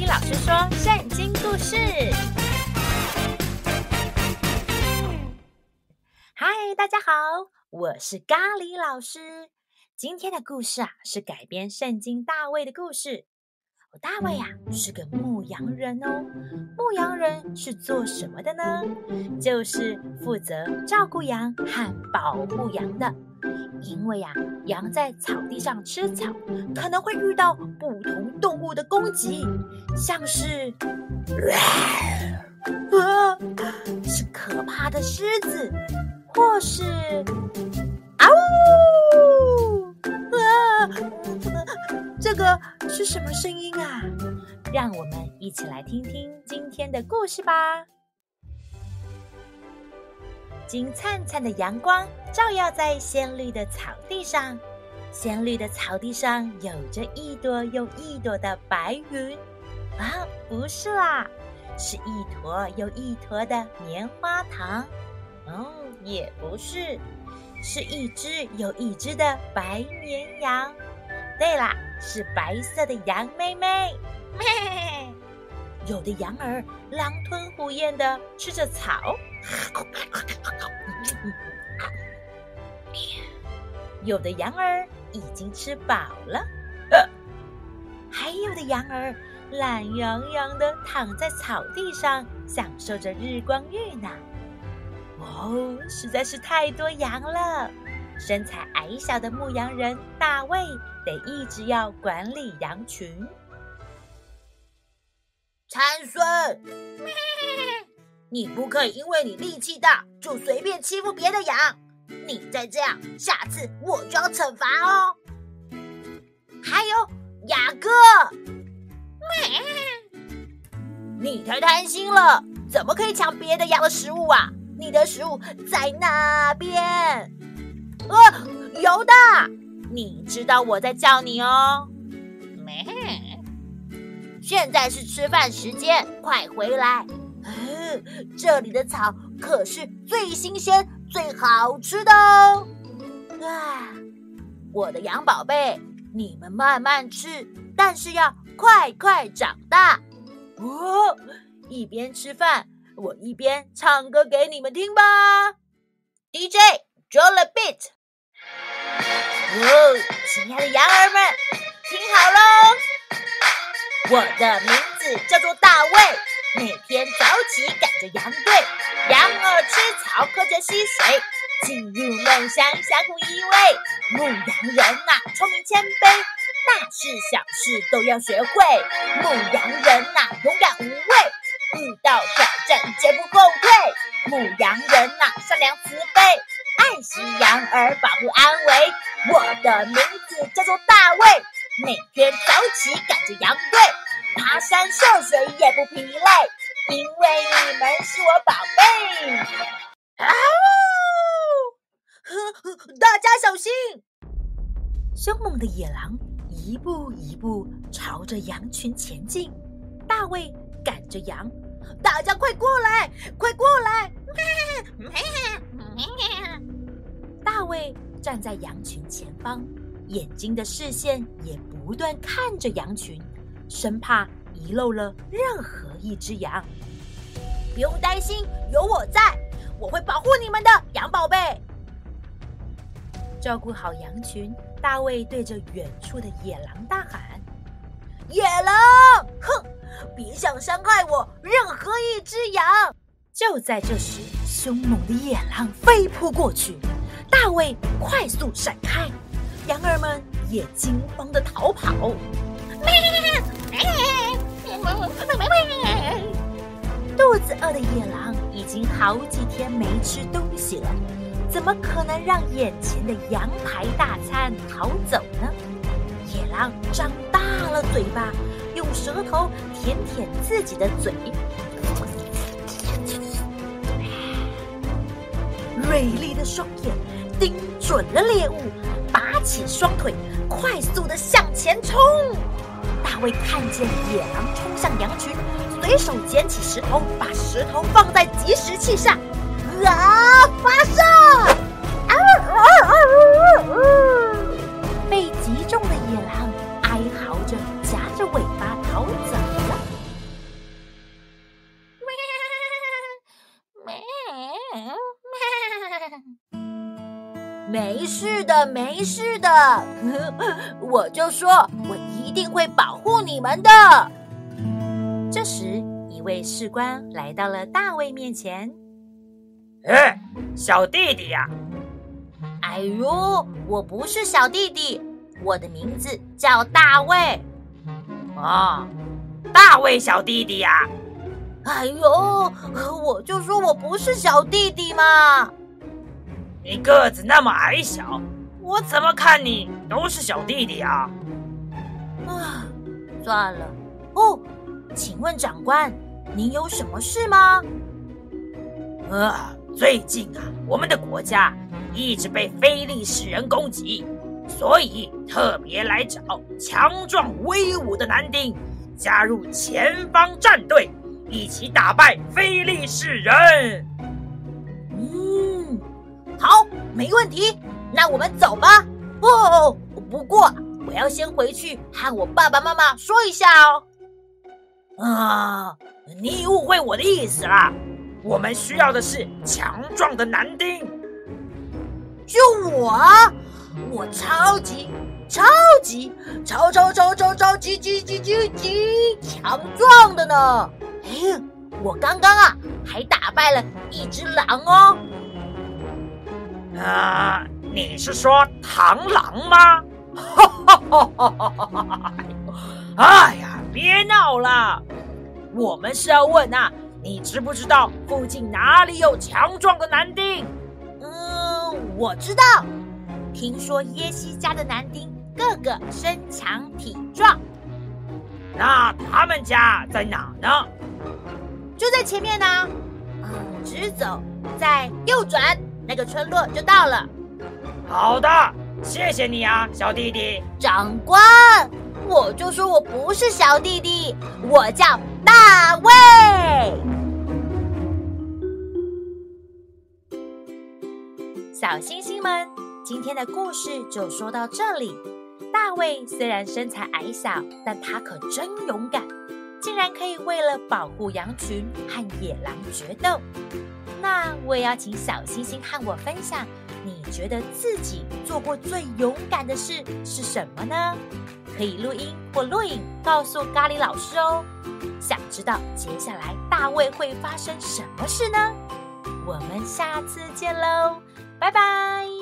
喱老师说圣经故事。嗨，大家好，我是咖喱老师。今天的故事是改编圣经大卫的故事。大卫是个牧羊人哦。牧羊人是做什么的呢？就是负责照顾羊和保护羊的。因为羊在草地上吃草，可能会遇到不同动物的攻击，像是是可怕的狮子，或是这个是什么声音啊？让我们一起来听听今天的故事吧。金灿灿的阳光照耀在鲜绿的草地上，鲜绿的草地上有着一朵又一朵的白云。不是啦，是一坨又一坨的棉花糖。也不是，是一只又一只的白绵羊。对啦，是白色的羊妹妹。有的羊儿狼吞虎咽地吃着草，有的羊儿已经吃饱了，还有的羊儿懒洋洋地躺在草地上，享受着日光浴呢。实在是太多羊了。身材矮小的牧羊人大卫得一直要管理羊群。 参孙，你不可以因为你力气大就随便欺负别的羊，你再这样，下次我就要惩罚哦。还有雅各，你太贪心了，怎么可以抢别的羊的食物啊？你的食物在那边。犹大，你知道我在叫你哦。现在是吃饭时间，快回来！这里的草可是最新鲜、最好吃的哦。我的羊宝贝，你们慢慢吃，但是要快快长大。一边吃饭，我一边唱歌给你们听吧。DJ Draw the beat。亲爱的羊儿们，听好喽！我的名字叫做大卫，每天早起赶着羊队，羊儿吃草，喝着溪水，进入梦乡相互依偎。牧羊人聪明谦卑，大事小事都要学会。牧羊人勇敢无畏，遇到挑战绝不后退。牧羊人善良慈悲，爱惜羊儿，保护安危。我的名字叫做大卫，每天早起赶着羊队，爬山涉水也不疲累，因为你们是我宝贝。大家小心！ 凶猛的野狼一步一步朝着羊群前进。大卫赶着羊， 大家快过来，快过来！ 大卫站在羊群前方，眼睛的视线也不断看着羊群，生怕遗漏了任何一只羊。 不用担心，有我在，我会保护你们的，羊宝贝。 照顾好羊群，大卫对着远处的野狼大喊： 野狼，别想伤害我任何一只羊！ 就在这时，凶猛的野狼飞扑过去，大卫快速闪开，羊儿们也惊慌地逃跑。肚子饿的野狼已经好几天没吃东西了，怎么可能让眼前的羊排大餐逃走呢？野狼张大了嘴巴，用舌头舔舔自己的嘴，锐利的双眼盯准了猎物，拔起双腿，快速地向前冲。大卫看见野狼冲向羊群，随手捡起石头，把石头放在计时器上，发射！被击中的野狼哀嚎着，夹着尾巴逃走了。 没事的，没事的，我就说我一定会保护你们的。 这时，一位士官来到了大卫面前。 小弟弟呀！ 哎呦，我不是小弟弟，我的名字叫大卫。 大卫小弟弟呀！ 哎呦，我就说我不是小弟弟嘛。 你个子那么矮小，我怎么看你都是小弟弟啊？ 算了。请问长官，您有什么事吗？ 最近我们的国家一直被非利士人攻击，所以特别来找强壮威武的男丁加入前方战队，一起打败非利士人。 好，没问题，那我们走吧。不过我要先回去和我爸爸妈妈说一下哦。 你误会我的意思啦，我们需要的是强壮的男丁。 就我超级超强壮的呢。我刚刚还打败了一只狼哦。 你是说螳螂吗？哎呀，别闹了，我们是要问你知不知道附近哪里有强壮的男丁？ 我知道，听说耶西家的男丁个个身强体壮。 那他们家在哪呢？ 就在前面呢。直走，再右转，那个村落就到了。 好的，谢谢你小弟弟。 长官，我就说我不是小弟弟，我叫大卫。 小星星们，今天的故事就说到这里。大卫虽然身材矮小，但他可真勇敢，竟然可以为了保护羊群和野狼决斗。那我也要请小星星和我分享，你觉得自己做过最勇敢的事是什么呢？可以录音或录影告诉咖喱老师哦。想知道接下来大卫会发生什么事呢？我们下次见喽，拜拜。